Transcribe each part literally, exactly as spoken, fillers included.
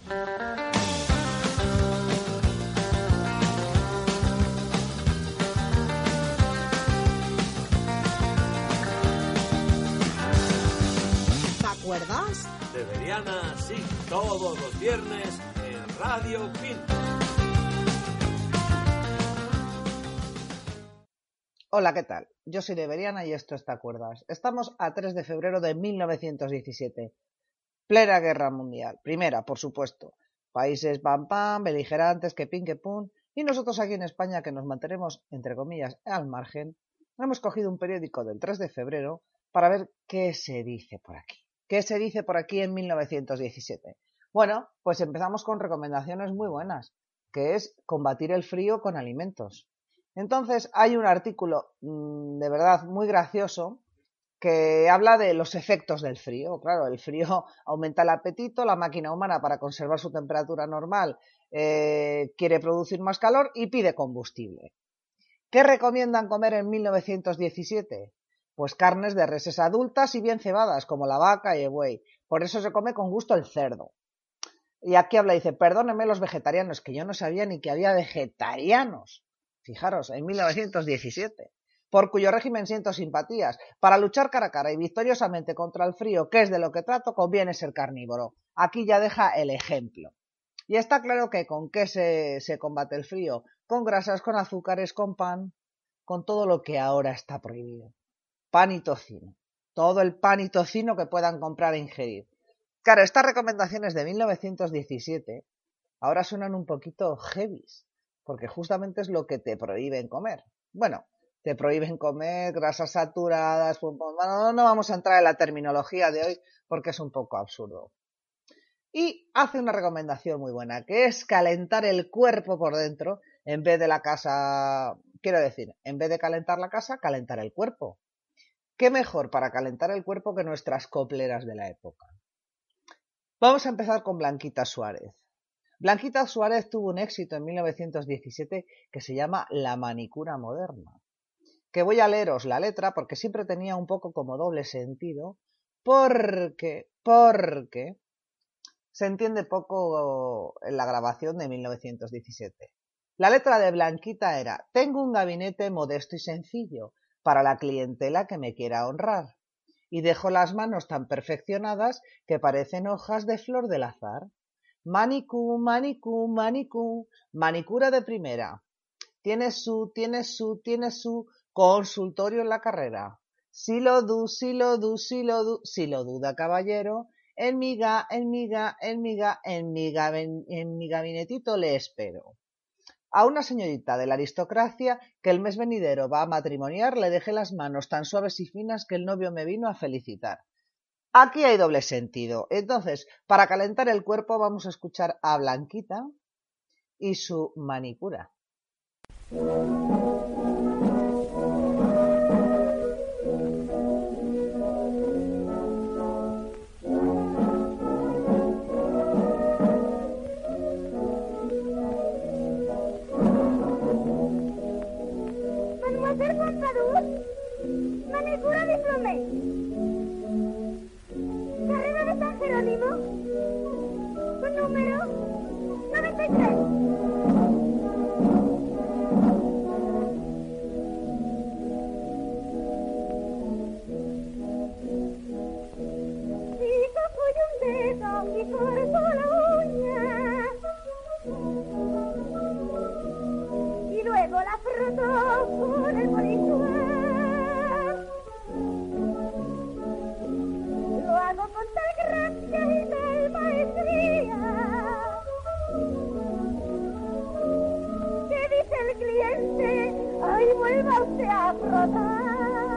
¿Te acuerdas? De Veriana, sí, todos los viernes en Radio Pinto. Hola, ¿qué tal? Yo soy de Veriana y esto es ¿Te acuerdas? Estamos a tres de febrero de mil novecientos diecisiete. Plena guerra mundial. Primera, por supuesto. Países pam pam, beligerantes, que pin que pum. Y nosotros aquí en España, que nos mantenemos, entre comillas, al margen, hemos cogido un periódico del tres de febrero para ver qué se dice por aquí. ¿Qué se dice por aquí en mil novecientos diecisiete? Bueno, pues empezamos con recomendaciones muy buenas, que es combatir el frío con alimentos. Entonces hay un artículo mmm, de verdad muy gracioso que habla de los efectos del frío. Claro, el frío aumenta el apetito, la máquina humana para conservar su temperatura normal eh, quiere producir más calor y pide combustible. ¿Qué recomiendan comer en mil novecientos diecisiete? Pues carnes de reses adultas y bien cebadas, como la vaca y el buey. Por eso se come con gusto el cerdo. Y aquí habla, dice, perdónenme los vegetarianos, que yo no sabía ni que había vegetarianos. Fijaros, en mil novecientos diecisiete. Por cuyo régimen siento simpatías. Para luchar cara a cara y victoriosamente contra el frío, que es de lo que trato, conviene ser carnívoro. Aquí ya deja el ejemplo. Y está claro que con qué se, se combate el frío. Con grasas, con azúcares, con pan, con todo lo que ahora está prohibido. Pan y tocino. Todo el pan y tocino que puedan comprar e ingerir. Claro, estas recomendaciones de mil novecientos diecisiete ahora suenan un poquito heavies, porque justamente es lo que te prohíben comer. Bueno, te prohíben comer grasas saturadas, pum, pum. Bueno, no vamos a entrar en la terminología de hoy porque es un poco absurdo. Y hace una recomendación muy buena, que es calentar el cuerpo por dentro en vez de la casa, quiero decir, en vez de calentar la casa, calentar el cuerpo. ¿Qué mejor para calentar el cuerpo que nuestras copleras de la época? Vamos a empezar con Blanquita Suárez. Blanquita Suárez tuvo un éxito en mil novecientos diecisiete que se llama La manicura moderna. Que voy a leeros la letra porque siempre tenía un poco como doble sentido, porque, porque se entiende poco en la grabación de mil novecientos diecisiete. La letra de Blanquita era: tengo un gabinete modesto y sencillo para la clientela que me quiera honrar, y dejo las manos tan perfeccionadas que parecen hojas de flor del azar. Manicú, manicú, manicú, manicura de primera. Tiene su, tiene su, tiene su consultorio en la carrera. Si lo du, si lo du, si lo du, si lo duda, caballero, en mi ga, en mi ga, en mi ga, en mi ga, en mi gabinetito le espero. A una señorita de la aristocracia que el mes venidero va a matrimoniar le dejé las manos tan suaves y finas que el novio me vino a felicitar. Aquí hay doble sentido. Entonces, para calentar el cuerpo vamos a escuchar a Blanquita y su manicura. Mademoiselle Pompadour, manicura diplômée. Carrera de San Jerónimo, con número noventa y tres. Y cojo un dedo y corto la uña, y luego la froto con el monitor. Lo hago con tal gracia y tal maestría que dice el cliente: ay, vuelva usted a frotar.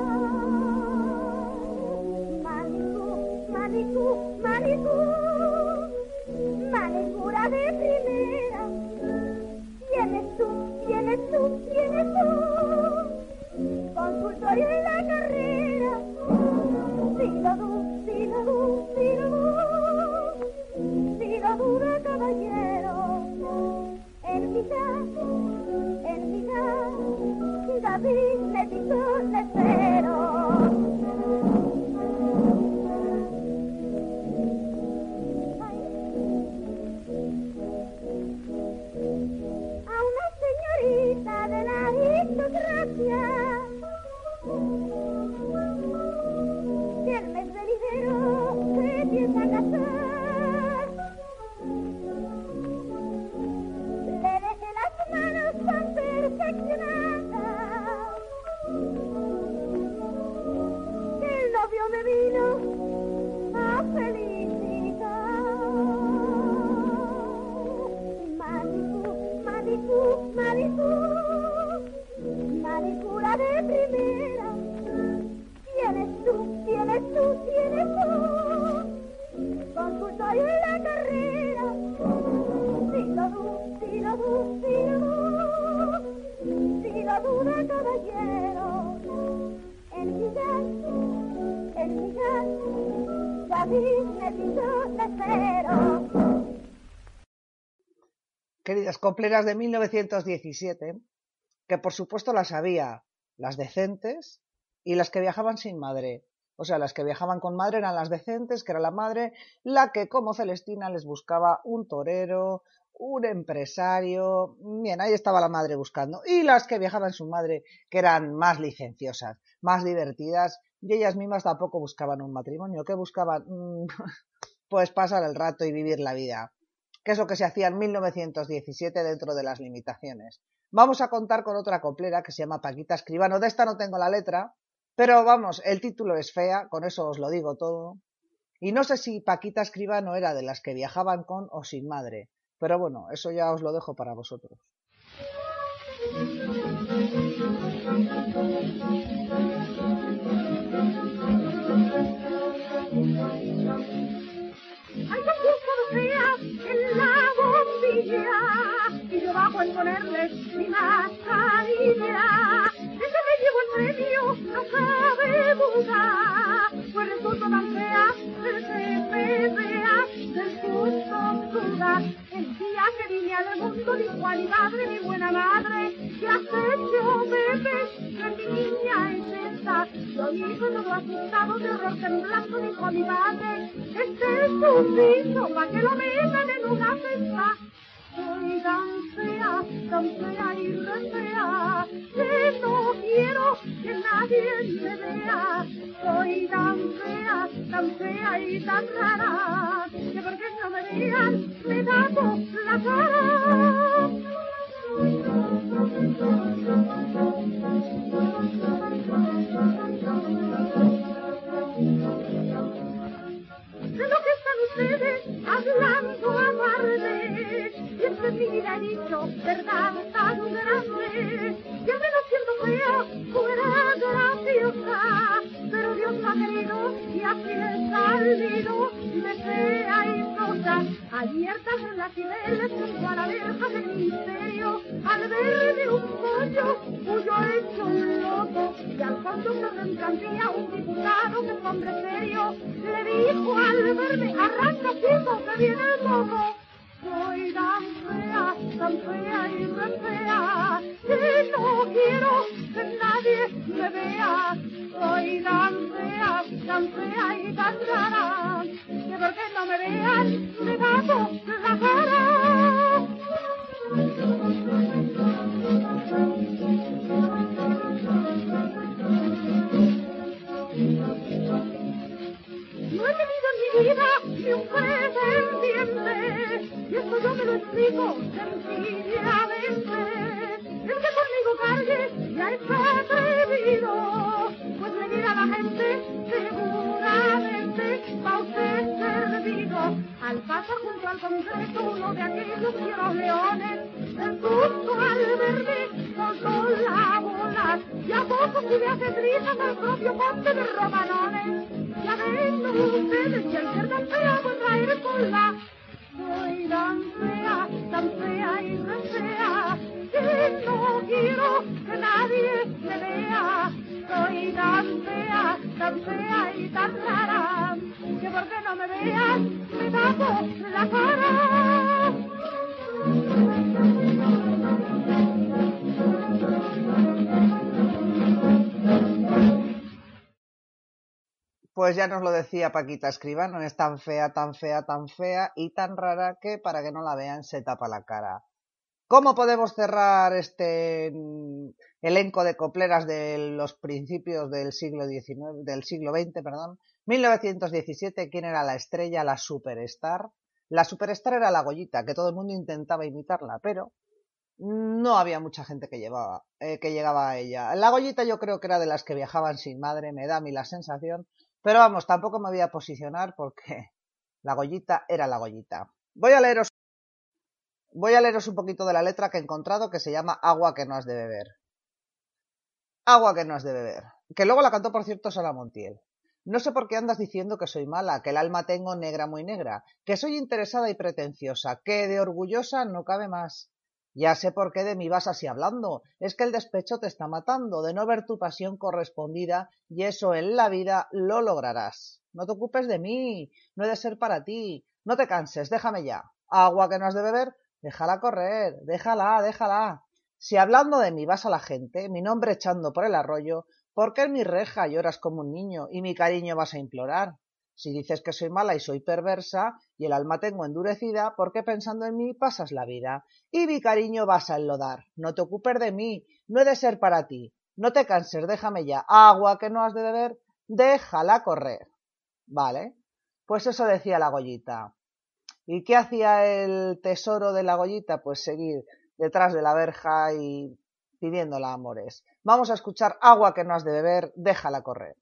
Manicú, manicú, manicú, manicura de primera. Tienes tú, tienes tú, tienes tú, yo te espero. Queridas copleras de mil novecientos diecisiete, que por supuesto las había, las decentes y las que viajaban sin madre. O sea, las que viajaban con madre eran las decentes, que era la madre, la que como Celestina les buscaba un torero, un empresario. Bien, ahí estaba la madre buscando. Y las que viajaban sin madre, que eran más licenciosas, más divertidas, y ellas mismas tampoco buscaban un matrimonio. ¿Qué buscaban? Pues pasar el rato y vivir la vida, que es lo que se hacía en mil novecientos diecisiete dentro de las limitaciones. Vamos a contar con otra coplera que se llama Paquita Escribano. De esta no tengo la letra, pero vamos, el título es fea, con eso os lo digo todo. Y no sé si Paquita Escribano era de las que viajaban con o sin madre, pero bueno, eso ya os lo dejo para vosotros. Hay dos feas en la bombilla y yo bajo en ponerles mi mascarilla. Ese me llevo el premio, no sabe buscar, pues resulta tan fea, se me vea, del susto duda. El día que vine al mundo dijo a mi madre, mi buena madre, ¿qué has hecho, bebé? Que mi niña es esta. Yo mi hijo todo asustado, de horror temblando, dijo a mi madre, este es un piso, pa' que lo metan en una cesta. Soy tan fea, tan fea y re fea, que no quiero que nadie me vea. Soy tan fea, tan fea y tan rara, que porque no me vean, me tapo la cara. De lo que están ustedes hablando aparte, y es que mi vida he dicho verdad tan grande, que al menos siendo fea fuera graciosa, pero Dios me ha querido y así he salido de fea y sosa. Abiertas en las cibeles junto a la verja del ministerio, al verme un pollo, huyo hecho un loco, y al fondo se reentrantía un diputado que es hombre serio, le dijo al verme, arranca chico que viene el moco. Soy tan fea, tan fea y re fea, que no quiero que nadie me vea. Soy tan fea, tan fea y tan rara, que porque no me vean, me tapo la cara. No he tenido en mi vida ni un pretendiente, y esto yo me lo explico sencillamente. El que conmigo cargue ya está atrevido, pues le dirá a la gente seguramente va usted servido. Al pasar junto al Congreso uno de aquellos fieros leones, el susto al verme soltó la bola, y a poco se le hace trizas al propio monte de Romanones. Ya ven ustedes que al ser tan fea voy a traer cola. Soy tan fea, tan fea y re fea, que no quiero que nadie me vea. Soy tan fea, tan fea y tan rara, que porque no me vean, me tapo la cara. Pues ya nos lo decía Paquita Escribano, es tan fea, tan fea, tan fea y tan rara que para que no la vean se tapa la cara. ¿Cómo podemos cerrar este elenco de copleras de los principios del siglo diecinueve, del siglo veinte, perdón? mil novecientos diecisiete, ¿quién era la estrella, la superstar? La superstar era la Goyita, que todo el mundo intentaba imitarla, pero no había mucha gente que, llevaba, eh, que llegaba a ella. La Goyita yo creo que era de las que viajaban sin madre, me da a mí la sensación, pero vamos, tampoco me voy a posicionar porque la Goyita era la Goyita. Voy a leeros, voy a leeros un poquito de la letra que he encontrado, que se llama Agua que no has de beber. Agua que no has de beber. Que luego la cantó, por cierto, Sara Montiel. No sé por qué andas diciendo que soy mala, que el alma tengo negra muy negra, que soy interesada y pretenciosa, que de orgullosa no cabe más. Ya sé por qué de mí vas así hablando. Es que el despecho te está matando de no ver tu pasión correspondida y eso en la vida lo lograrás. No te ocupes de mí, no he de ser para ti. No te canses, déjame ya. Agua que no has de beber, déjala correr, déjala, déjala. Si hablando de mí vas a la gente, mi nombre echando por el arroyo, ¿por qué en mi reja lloras como un niño y mi cariño vas a implorar? Si dices que soy mala y soy perversa y el alma tengo endurecida, ¿por qué pensando en mí pasas la vida? Y mi cariño vas a enlodar. No te ocupes de mí, no he de ser para ti. No te canses, déjame ya. Agua que no has de beber, déjala correr. Vale, pues eso decía la Goyita. ¿Y qué hacía el tesoro de la Goyita? Pues seguir detrás de la verja y pidiéndola amores. Vamos a escuchar Agua que no has de beber, déjala correr.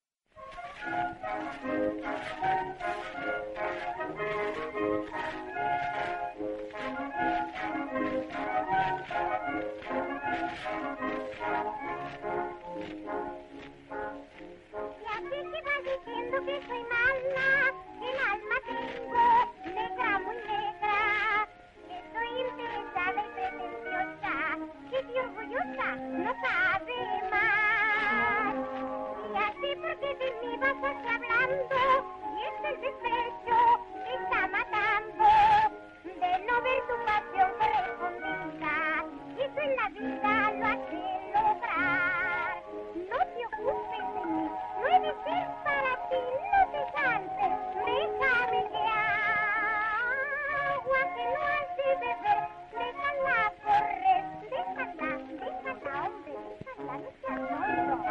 Que soy mala, el alma tengo negra, muy negra, que soy interesada y pretenciosa, que soy orgullosa, no sabe más. Y así porque de mí vas a estar hablando, y este el despecho te está matando, de no ver tu pasión correspondida, y eso en la vida lo has de lograr. No te ocupes de mí, no he de ser para ti, no te canses, déjame ya. Agua que no has de beber, déjala correr, déjala, déjala, hombre, déjala, no seas tonto.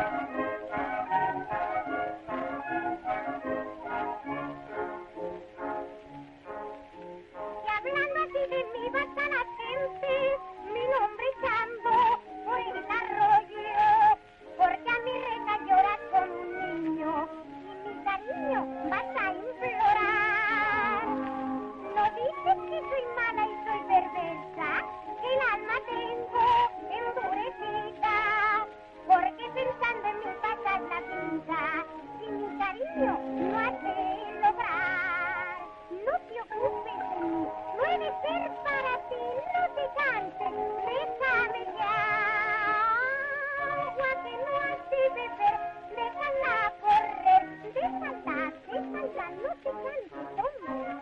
Y hablando así de mí vas a la gente, mi nombre echando por el arroyo, porque a mi reja lloras como un niño y mi cariño vas a implorar. No dices que soy mala y soy perversa, que el alma tengo endurecida, porque pensando en mí pasas la vida y mi cariño no has de lograr. No te ocupes de mí, no he de ser para ti, no te canses, déjame ya. Agua que no has de beber, déjala correr, déjala, déjala, no te canses, hombre.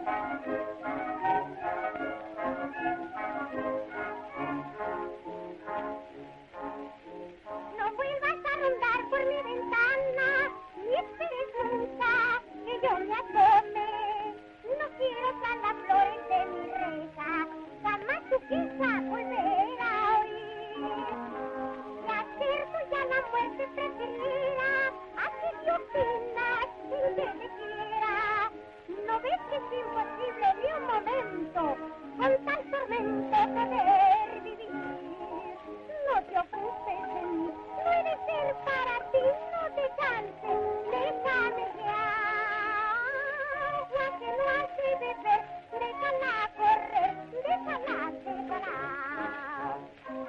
No vuelvas a rondar por mi ventana, ni esperes nunca que yo me asome. No quiero cada flores de mi reja, jamás tu queja volver a oír. Y acerco ya la muerte preferida, ¿a qué te opinas sin que me quiera? ¿No ves que es imposible ni un momento con tal tormento poder vivir? No te ocupes de mí, no he de ser para ti, no te canses, déjame ya. Agua que no has de beber, déjala correr, déjala, déjala.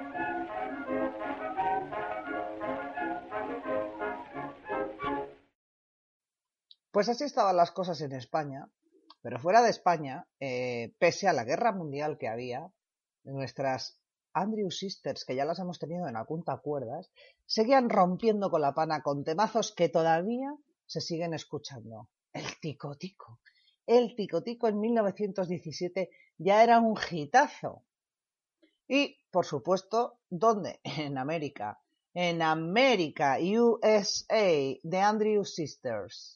Pues así estaban las cosas en España, pero fuera de España, eh, pese a la guerra mundial que había, nuestras Andrew Sisters, que ya las hemos tenido en la Cunta Cuerdas, seguían rompiendo con la pana con temazos que todavía se siguen escuchando. El Tico Tico. El Tico Tico en mil novecientos diecisiete ya era un hitazo. Y, por supuesto, ¿dónde? En América. En América, U S A, The Andrew Sisters.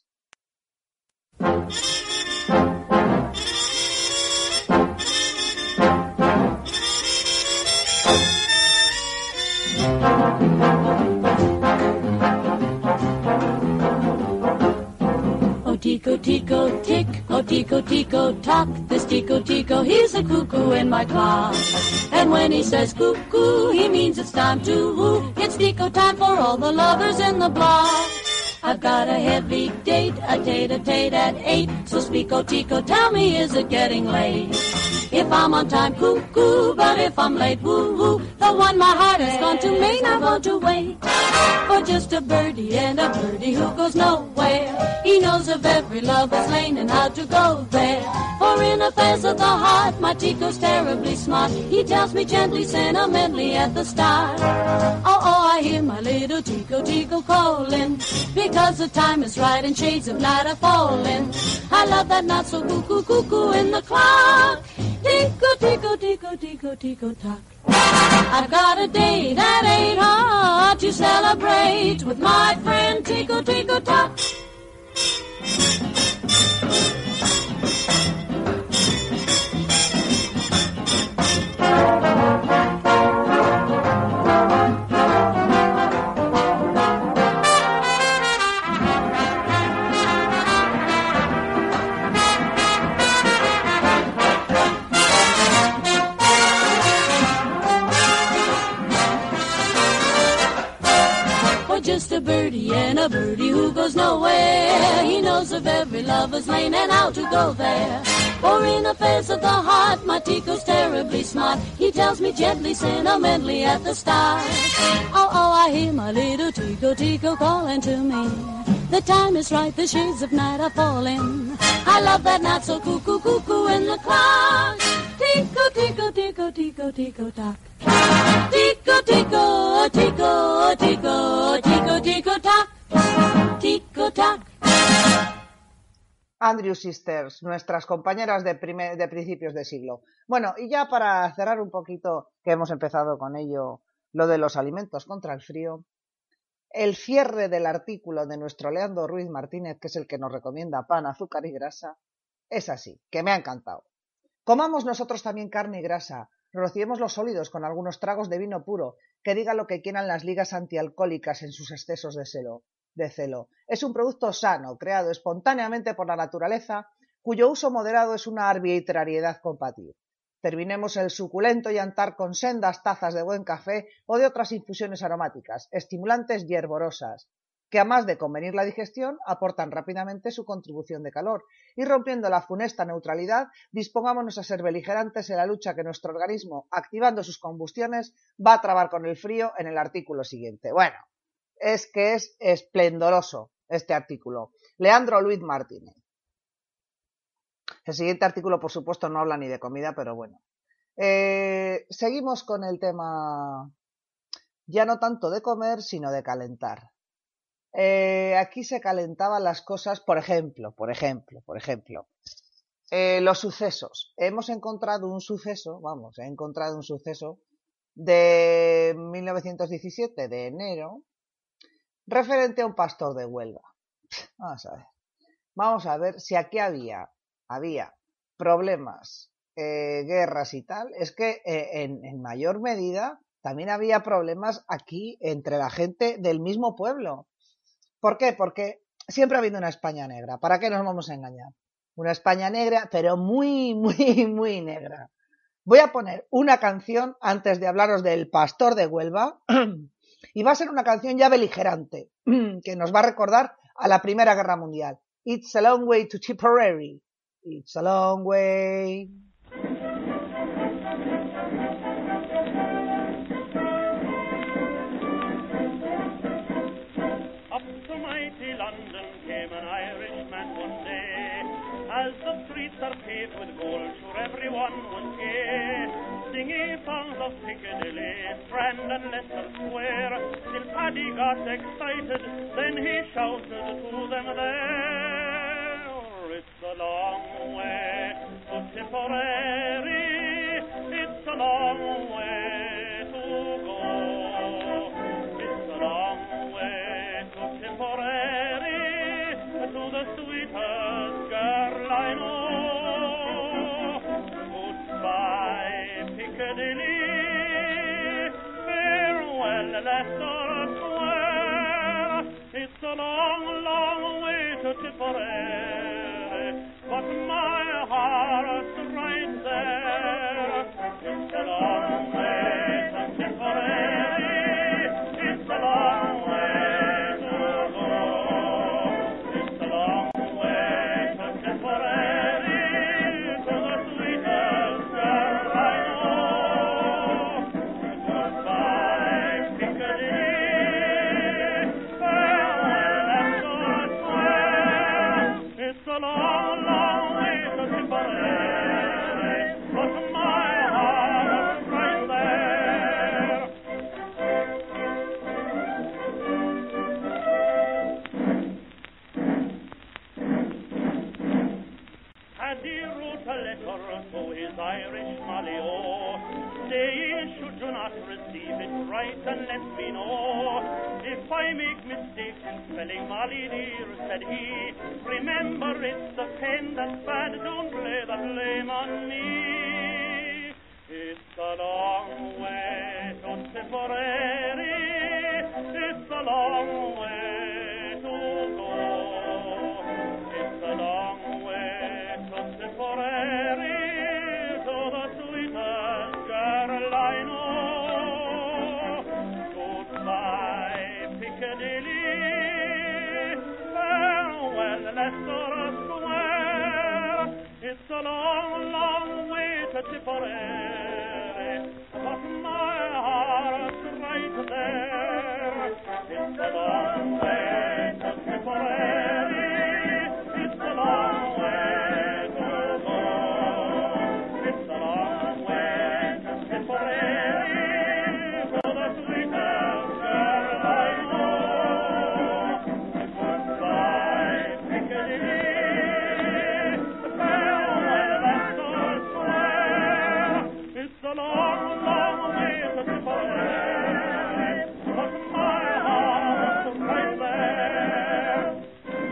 Oh, Tico, Tico, tick, oh, Tico, Tico, tock, this Tico, Tico, he's a cuckoo in my class. And when he says cuckoo, he means it's time to woo. It's Tico time for all the lovers in the block. I've got a heavy date, a tate-a-tate at eight. So speak, oh, Tico, tell me, is it getting late? If I'm on time, cuckoo, but if I'm late, woo-hoo. The one my heart has gone to may not want to wait for just a birdie and a birdie who goes nowhere. He knows of every lover's lane and how to go there. For in affairs of the heart, my Tico's terribly smart. He tells me gently, sentimentally at the start. Oh, oh, I hear my little Tico, Tico calling, because the time is right and shades of night are falling. I love that not so cuckoo, cuckoo in the clock. Tico, Tico, Tico, Tico, Tico, tock. I've got a date at eight hard to celebrate with my friend Tico, Tico, tock. Just a birdie and a birdie who goes nowhere. He knows of every lover's lane and how to go there. For in affairs of the heart, my Tico's terribly smart. He tells me gently, sentimentally at the start. Oh, oh, I hear my little Tico, Tico calling to me. The time is right, the shades of night are falling. I love that not so cuckoo, cuckoo in the clock. Tico, Tico, Tico, Tico, Tico, tock. Tico, Tico, Tico, Tico, Tico, Tico, tock. Tico, tock. Andrew Sisters, nuestras compañeras de, primer, de principios de siglo. Bueno, y ya para cerrar un poquito, que hemos empezado con ello, lo de los alimentos contra el frío, el cierre del artículo de nuestro Leandro Ruiz Martínez, que es el que nos recomienda pan, azúcar y grasa, es así, que me ha encantado. Comamos nosotros también carne y grasa, rociemos los sólidos con algunos tragos de vino puro, que diga lo que quieran las ligas antialcohólicas en sus excesos de celo. de celo. Es un producto sano, creado espontáneamente por la naturaleza, cuyo uso moderado es una arbitrariedad compatible. Terminemos el suculento yantar con sendas tazas de buen café o de otras infusiones aromáticas, estimulantes y herborosas, que a más de convenir la digestión, aportan rápidamente su contribución de calor, y rompiendo la funesta neutralidad, dispongámonos a ser beligerantes en la lucha que nuestro organismo, activando sus combustiones, va a trabar con el frío en el artículo siguiente. Bueno, es que es esplendoroso este artículo. Leandro Luiz Martínez. El siguiente artículo, por supuesto, no habla ni de comida, pero bueno. Eh, seguimos con el tema ya no tanto de comer, sino de calentar. Eh, aquí se calentaban las cosas, por ejemplo, por ejemplo, por ejemplo, eh, los sucesos. Hemos encontrado un suceso, vamos, he encontrado un suceso de mil novecientos diecisiete, de enero, referente a un pastor de Huelva. Vamos a ver. Vamos a ver si aquí había, había problemas, eh, guerras y tal. Es que eh, en, en mayor medida también había problemas aquí entre la gente del mismo pueblo. ¿Por qué? Porque siempre ha habido una España negra. ¿Para qué nos vamos a engañar? Una España negra, pero muy, muy, muy negra. Voy a poner una canción antes de hablaros del pastor de Huelva. Y va a ser una canción ya beligerante, que nos va a recordar a la Primera Guerra Mundial. It's a long way to Tipperary. It's a long way. Up to mighty London came an Irishman one day. As the streets are paved with gold, sure everyone was gay. Singing songs of Piccadilly, Strand and Leicester Square, till Paddy got excited, then he shouted to them there, it's a long way to Tipperary, it's a long way to go, it's a long way to Tipperary, to the sweetest girl I know, goodbye Piccadilly, farewell Leicester Square, it's a long, long way to Tipperary, but my heart's right there, it's a long way to Tipperary, it's a long way to go, it's a long way to Tipperary, to the sweetest girl. Irish Molly, oh. Say, should you not receive it right, and let me know if I make mistakes in spelling Molly dear, said he. Remember, it's the pen that's bad, don't lay the blame on me. It's a long way to Tipperary, it's a long way to go. It's a long way to Tipperary, to the sweetest girl I know. Goodbye, Piccadilly, farewell, Leicester Square. It's a long, long way to Tipperary, but my heart's right there. It's a long way to Tipperary, it's a long way to go. It's a long way to Tipperary, to the sweetest girl I know. Goodbye, Piccadilly, farewell, Leicester Square. It's a long, long way to Tipperary, but my heart's right there.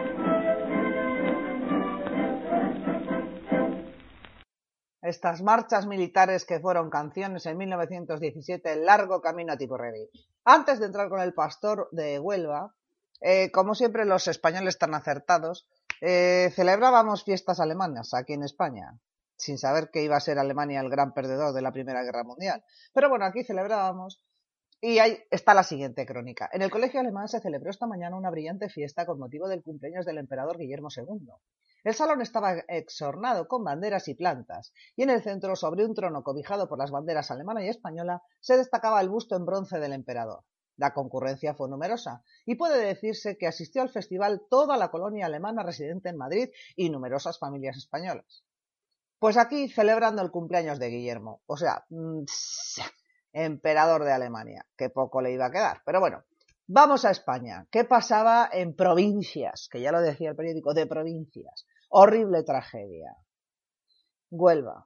Estas marchas militares que fueron canciones en mil novecientos diecisiete, el largo camino a Tipperary. Antes de entrar con el pastor de Huelva, eh, como siempre los españoles tan acertados, eh, celebrábamos fiestas alemanas aquí en España, sin saber que iba a ser Alemania el gran perdedor de la Primera Guerra Mundial. Pero bueno, aquí celebrábamos. Y ahí está la siguiente crónica. En el colegio alemán se celebró esta mañana una brillante fiesta con motivo del cumpleaños del emperador Guillermo segundo. El salón estaba exornado con banderas y plantas, y en el centro, sobre un trono cobijado por las banderas alemana y española, se destacaba el busto en bronce del emperador. La concurrencia fue numerosa, y puede decirse que asistió al festival toda la colonia alemana residente en Madrid y numerosas familias españolas. Pues aquí, celebrando el cumpleaños de Guillermo, o sea, emperador de Alemania, que poco le iba a quedar, pero bueno. Vamos a España. ¿Qué pasaba en provincias? Que ya lo decía el periódico, de provincias. Horrible tragedia. Huelva.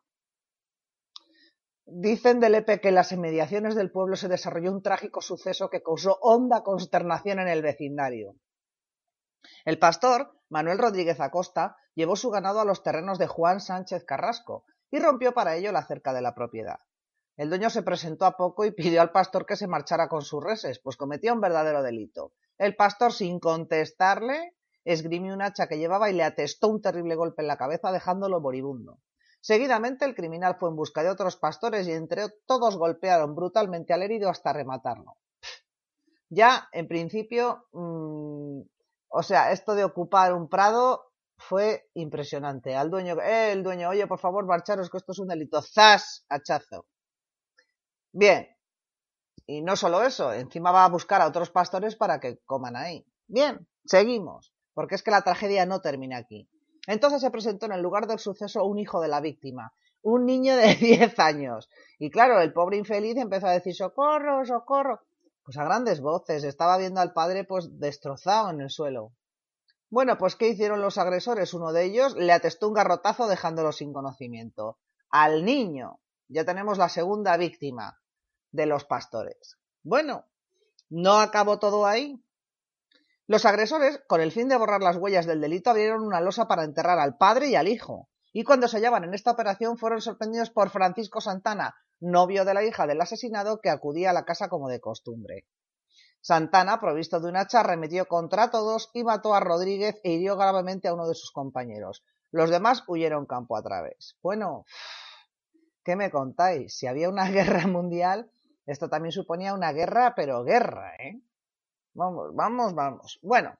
Dicen de Lepe que en las inmediaciones del pueblo se desarrolló un trágico suceso que causó honda consternación en el vecindario. El pastor, Manuel Rodríguez Acosta, llevó su ganado a los terrenos de Juan Sánchez Carrasco y rompió para ello la cerca de la propiedad. El dueño se presentó a poco y pidió al pastor que se marchara con sus reses, pues cometía un verdadero delito. El pastor, sin contestarle, esgrimió un hacha que llevaba y le atestó un terrible golpe en la cabeza, dejándolo moribundo. Seguidamente, el criminal fue en busca de otros pastores y entre todos golpearon brutalmente al herido hasta rematarlo. Ya, en principio, mmm, o sea, esto de ocupar un prado fue impresionante. Al dueño, eh, el dueño, oye, por favor, marcharos, que esto es un delito. ¡Zas! Hachazo. Bien, y no solo eso, encima va a buscar a otros pastores para que coman ahí. Bien, seguimos, porque es que la tragedia no termina aquí. Entonces se presentó en el lugar del suceso un hijo de la víctima, un niño de diez años. Y claro, el pobre infeliz empezó a decir ¡socorro, socorro! Pues a grandes voces, estaba viendo al padre pues destrozado en el suelo. Bueno, pues ¿qué hicieron los agresores? Uno de ellos le atestó un garrotazo dejándolo sin conocimiento. Al niño. Ya tenemos la segunda víctima de los pastores. Bueno, no acabó todo ahí. Los agresores, con el fin de borrar las huellas del delito, abrieron una losa para enterrar al padre y al hijo. Y cuando se hallaban en esta operación, fueron sorprendidos por Francisco Santana, novio de la hija del asesinado, que acudía a la casa como de costumbre. Santana, provisto de un hacha, arremetió contra todos y mató a Rodríguez e hirió gravemente a uno de sus compañeros. Los demás huyeron campo a través. Bueno, ¿qué me contáis? Si había una guerra mundial, esto también suponía una guerra, pero guerra, ¿eh? Vamos, vamos, vamos. Bueno,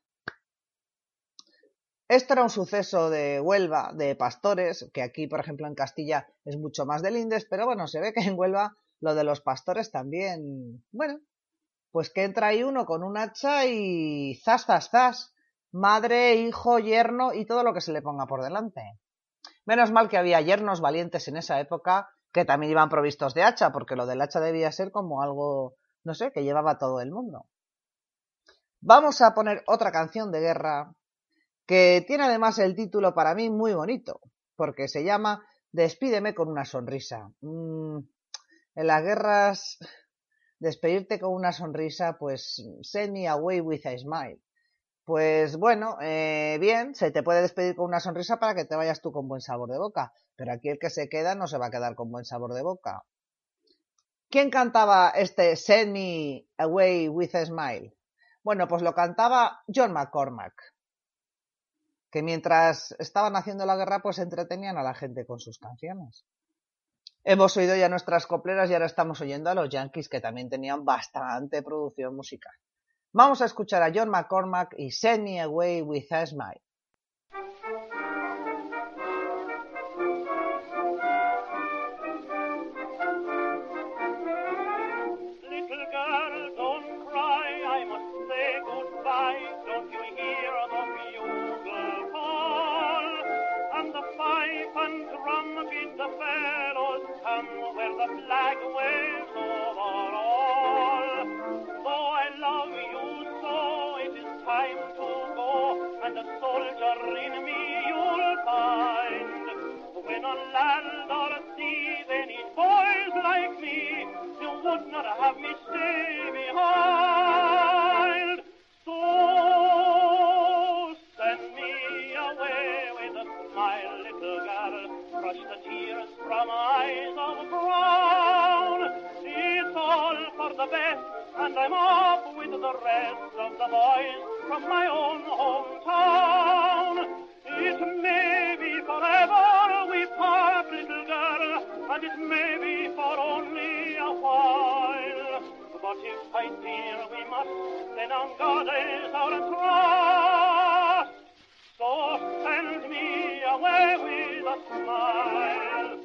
esto era un suceso de Huelva, de pastores, que aquí, por ejemplo, en Castilla es mucho más de lindes, pero bueno, se ve que en Huelva lo de los pastores también, bueno, pues que entra ahí uno con un hacha y zas, zas, zas, madre, hijo, yerno y todo lo que se le ponga por delante. Menos mal que había yernos valientes en esa época que también iban provistos de hacha, porque lo del hacha debía ser como algo, no sé, que llevaba todo el mundo. Vamos a poner otra canción de guerra que tiene además el título para mí muy bonito, porque se llama Despídeme con una sonrisa. Mm, en las guerras, despedirte con una sonrisa, pues send me away with a smile. Pues bueno, eh, bien, se te puede despedir con una sonrisa para que te vayas tú con buen sabor de boca, pero aquí el que se queda no se va a quedar con buen sabor de boca. ¿Quién cantaba este Send Me Away with a Smile? Bueno, pues lo cantaba John McCormack, que mientras estaban haciendo la guerra pues entretenían a la gente con sus canciones. Hemos oído ya nuestras copleras y ahora estamos oyendo a los Yankees, que también tenían bastante producción musical. Vamos a escuchar a John McCormack y Send Me Away with a Smile. Little girl, don't cry, I must say goodbye. Don't you hear the bugle call? And the pipe and drum bid the fellows come where the flag waves over all. Though I love you so, it is time to go, and a soldier in me you'll find. When on land or sea they need boys like me, you would not have me stay behind. So send me away with a smile, little girl, brush the tears from eyes of brown. It's all for the best, and I'm off with the rest of the boys from my own hometown. It may be forever we part, little girl, and it may be for only a while. But if fight dear we must, then on God is our trust. So send me away with a smile.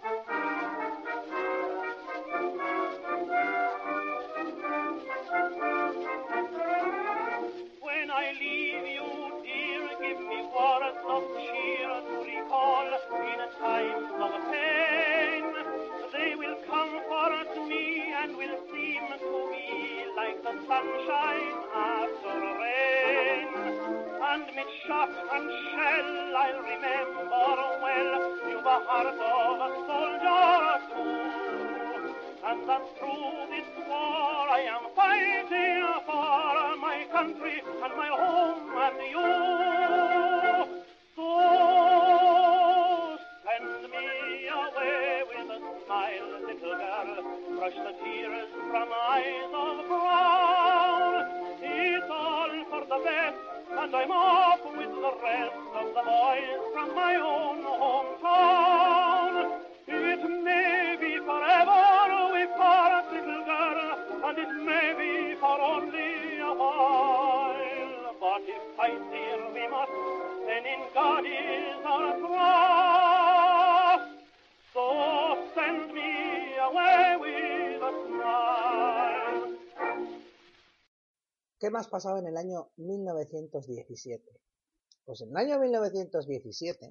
When I leave you, dear, give me words of cheer to recall in times of pain. They will comfort me and will seem to me like the sunshine after rain. And mid shot and shell I'll remember well you've a heart of a soldier too. And that through this war I am fighting for my country and my home and you. So send me away with a smile, little girl, brush the tears from eyes of brown. It's all for the best, and I'm off with the rest of the boys from my own hometown. It may be forever we part, little girl, and it may be for only a while. But if fight dear we must, then in God is our trust. So send me away with a smile. ¿Qué más pasaba en el año mil novecientos diecisiete? Pues en el año mil novecientos diecisiete,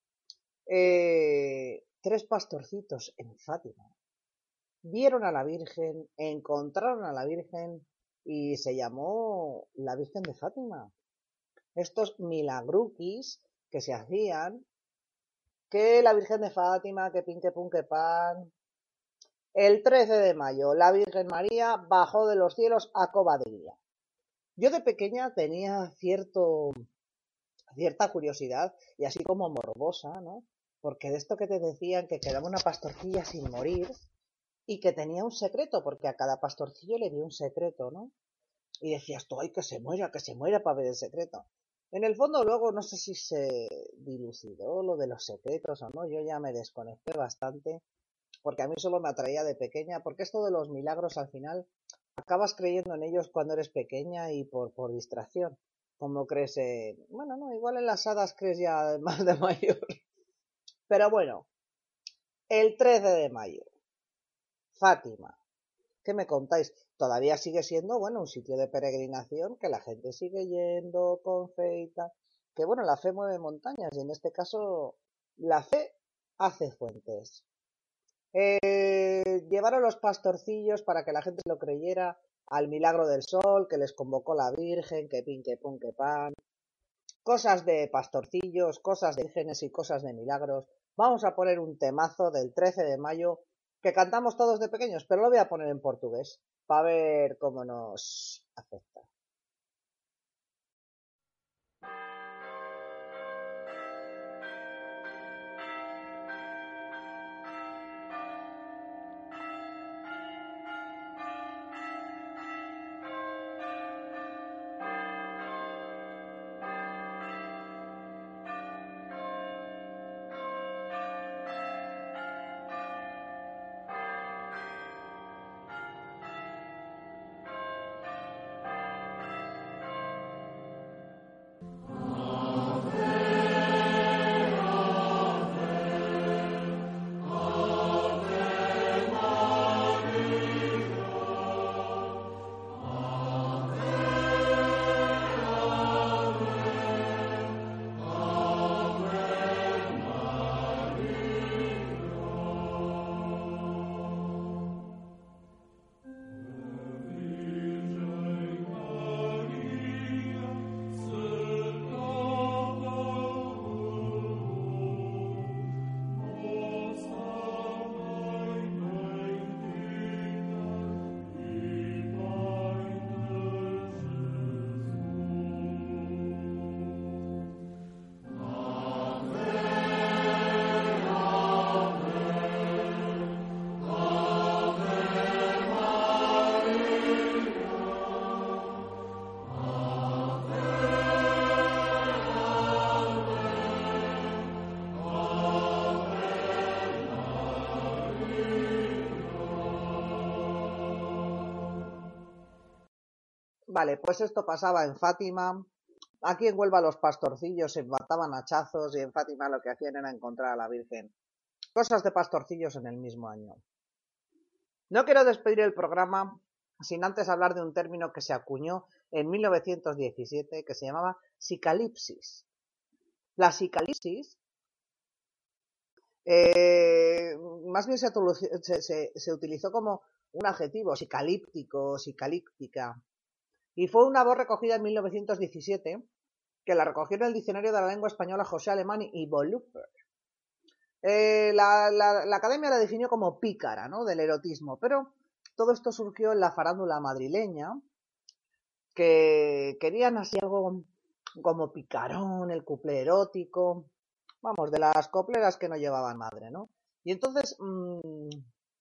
eh, tres pastorcitos en Fátima vieron a la Virgen, encontraron a la Virgen y se llamó la Virgen de Fátima. Estos milagruquis que se hacían, que la Virgen de Fátima, que pin, que pun, que pan. El trece de mayo, la Virgen María bajó de los cielos a Cobadilla. Yo de pequeña tenía cierto, cierta curiosidad y así como morbosa, ¿no? Porque de esto que te decían que quedaba una pastorcilla sin morir y que tenía un secreto, porque a cada pastorcillo le dio un secreto, ¿no? Y decías tú, ay, que se muera, que se muera para ver el secreto. En el fondo luego no sé si se dilucidó lo de los secretos o no, yo ya me desconecté bastante, porque a mí solo me atraía de pequeña, porque esto de los milagros al final acabas creyendo en ellos cuando eres pequeña y por, por distracción, como crees en... Bueno, no, igual en las hadas crees ya más de mayor. Pero bueno, el trece de mayo, Fátima. ¿Qué me contáis? Todavía sigue siendo, bueno, un sitio de peregrinación que la gente sigue yendo con fe y tal. Que bueno, la fe mueve montañas y en este caso la fe hace fuentes. Eh, llevaron los pastorcillos para que la gente lo creyera al milagro del sol, que les convocó la Virgen, que pin, que pun, que pan. Cosas de pastorcillos, cosas de vírgenes y cosas de milagros. vamos a poner un temazo del trece de mayo que cantamos todos de pequeños, pero lo voy a poner en portugués para ver cómo nos afecta. Vale, pues esto pasaba en Fátima. Aquí en Huelva los pastorcillos se mataban a hachazos y en Fátima lo que hacían era encontrar a la Virgen. Cosas de pastorcillos en el mismo año. No quiero despedir el programa sin antes hablar de un término que se acuñó en mil novecientos diecisiete que se llamaba psicalipsis. La psicalipsis eh, más bien se, se, se, se utilizó como un adjetivo, psicalíptico, psicalíptica. Y fue una voz recogida en mil novecientos diecisiete, que la recogió en el diccionario de la lengua española José Alemán y Voluper. Eh, la, la, la academia la definió como pícara, ¿no?, del erotismo, pero todo esto surgió en la farándula madrileña, que querían así algo como picarón, el cuplé erótico, vamos, de las copleras que no llevaban madre, ¿no? Y entonces, mmm,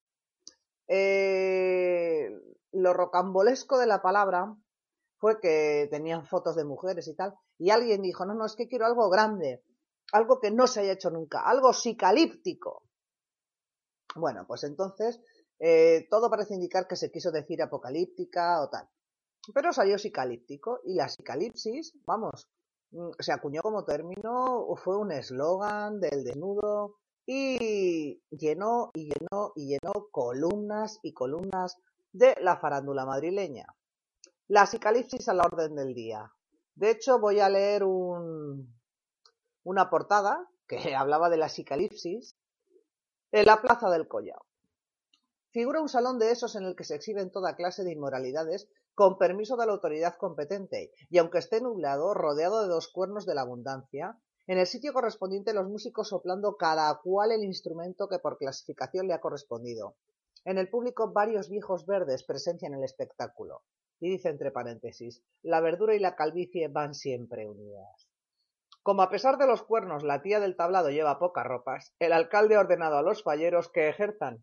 eh, lo rocambolesco de la palabra fue que tenían fotos de mujeres y tal, y alguien dijo, no, no, es que quiero algo grande, algo que no se haya hecho nunca, algo psicalíptico. Bueno, pues entonces eh, todo parece indicar que se quiso decir apocalíptica o tal, pero salió psicalíptico, y la psicalipsis, vamos, se acuñó como término, fue un eslogan del desnudo, y llenó y llenó y llenó columnas y columnas de la farándula madrileña. La psicalipsis a la orden del día. De hecho, voy a leer un, una portada que hablaba de la psicalipsis en la Plaza del Collao. Figura un salón de esos en el que se exhiben toda clase de inmoralidades con permiso de la autoridad competente, y aunque esté nublado, rodeado de dos cuernos de la abundancia, en el sitio correspondiente los músicos soplando cada cual el instrumento que por clasificación le ha correspondido. En el público varios viejos verdes presencian el espectáculo. Y dice entre paréntesis, la verdura y la calvicie van siempre unidas. Como a pesar de los cuernos la tía del tablado lleva pocas ropas, el alcalde ha ordenado a los falleros que ejerzan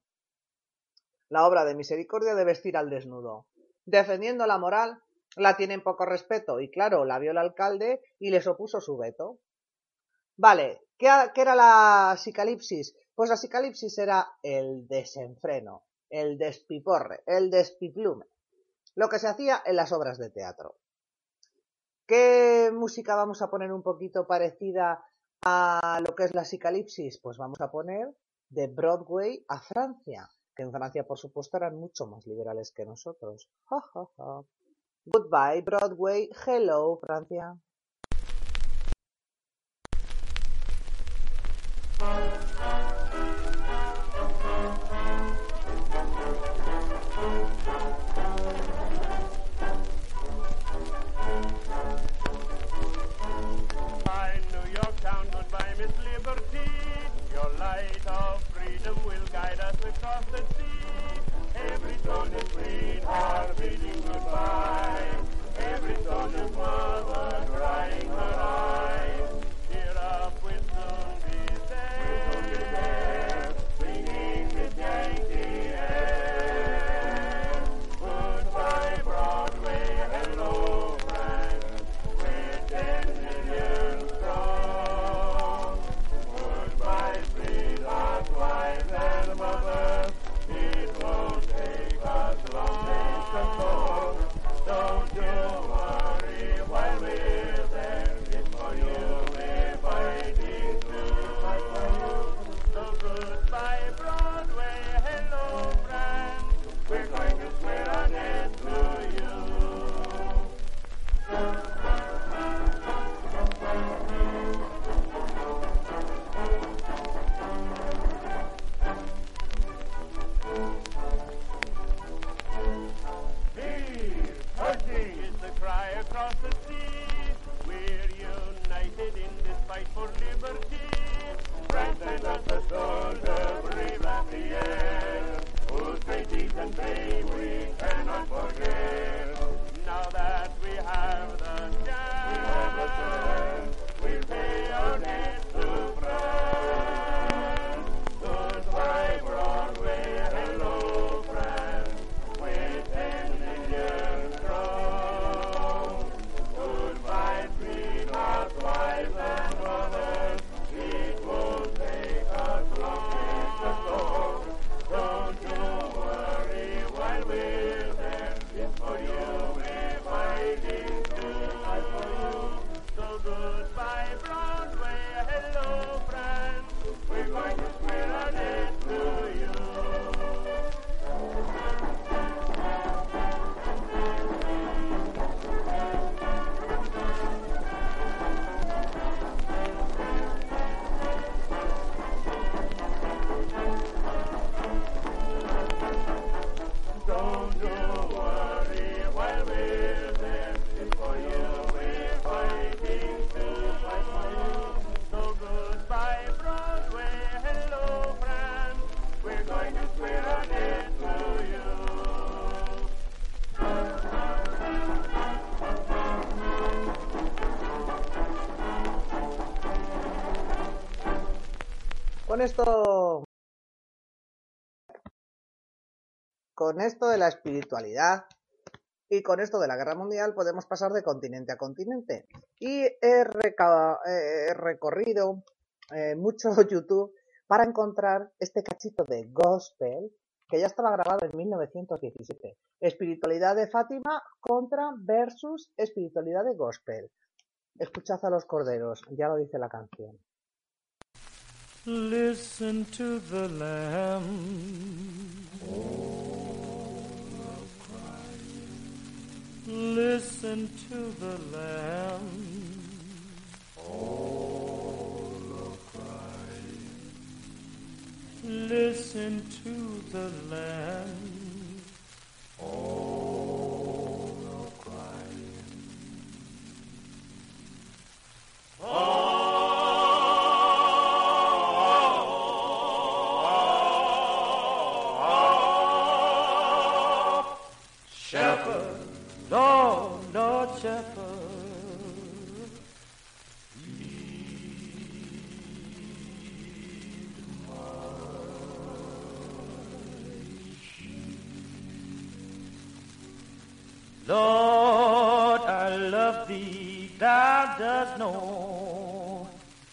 la obra de misericordia de vestir al desnudo. Defendiendo la moral, la tienen poco respeto, y claro, la vio el alcalde y les opuso su veto. Vale, ¿qué, qué era la psicalipsis? Pues la psicalipsis era el desenfreno, el despiporre, el despiplume. Lo que se hacía en las obras de teatro. ¿Qué música vamos a poner un poquito parecida a lo que es la psicalipsis? Pues vamos a poner de Broadway a Francia, que en Francia, por supuesto, eran mucho más liberales que nosotros. Ja, ja, ja. Goodbye, Broadway. Hello, Francia. Your life esto, con esto de la espiritualidad y con esto de la guerra mundial podemos pasar de continente a continente. Y he, reca- he recorrido eh, mucho YouTube para encontrar este cachito de gospel que ya estaba grabado en mil novecientos diecisiete. Espiritualidad de Fátima contra versus espiritualidad de gospel. Escuchad a los corderos, ya lo dice la canción. Listen to the Lamb. Listen to the Lamb. Listen to the Lamb. All are crying. Shepherd, Lord, Lord Shepherd. Lord, I love thee, thou dost know.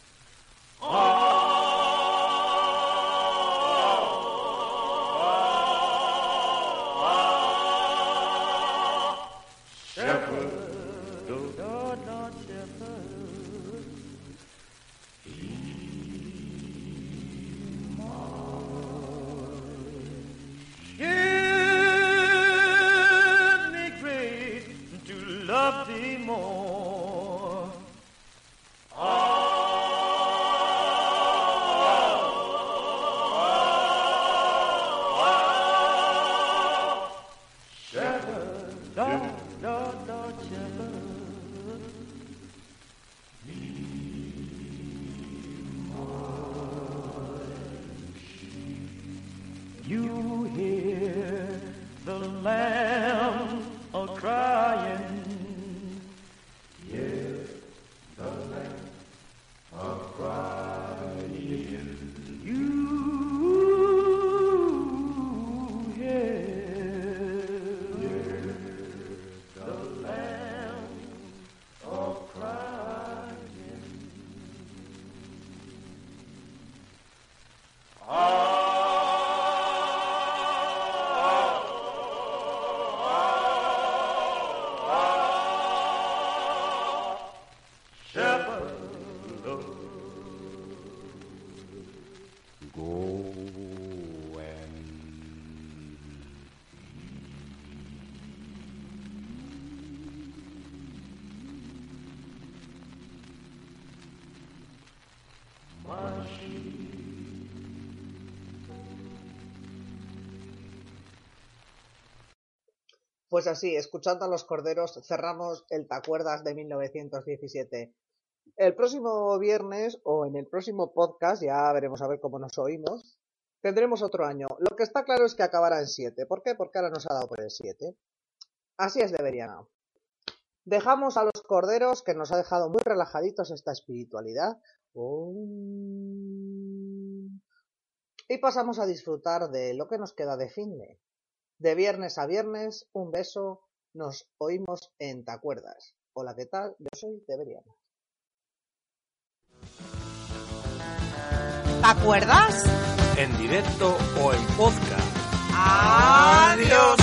Oh, shepherd, Lord, Lord, shepherd. Give me grace to love thee more. Oh, shepherd, Lord, Lord, Lord, shepherd. You hear the lamb a crying. Yes, the lamb a crying. You hear, yes, the lamb a crying. Ah. Pues así, escuchando a los corderos, cerramos el ¿Te acuerdas? De mil novecientos diecisiete. El próximo viernes o en el próximo podcast, ya veremos a ver cómo nos oímos, tendremos otro año. Lo que está claro es que acabará en siete. ¿Por qué? Porque ahora nos ha dado por el siete. Así es de Veriana. Dejamos a los corderos, que nos ha dejado muy relajaditos esta espiritualidad. Y pasamos a disfrutar de lo que nos queda de finde. De viernes a viernes, un beso, nos oímos en ¿Te acuerdas? Hola, ¿qué tal? Yo soy de Veriana. ¿Te acuerdas? En directo o en podcast. ¡Adiós!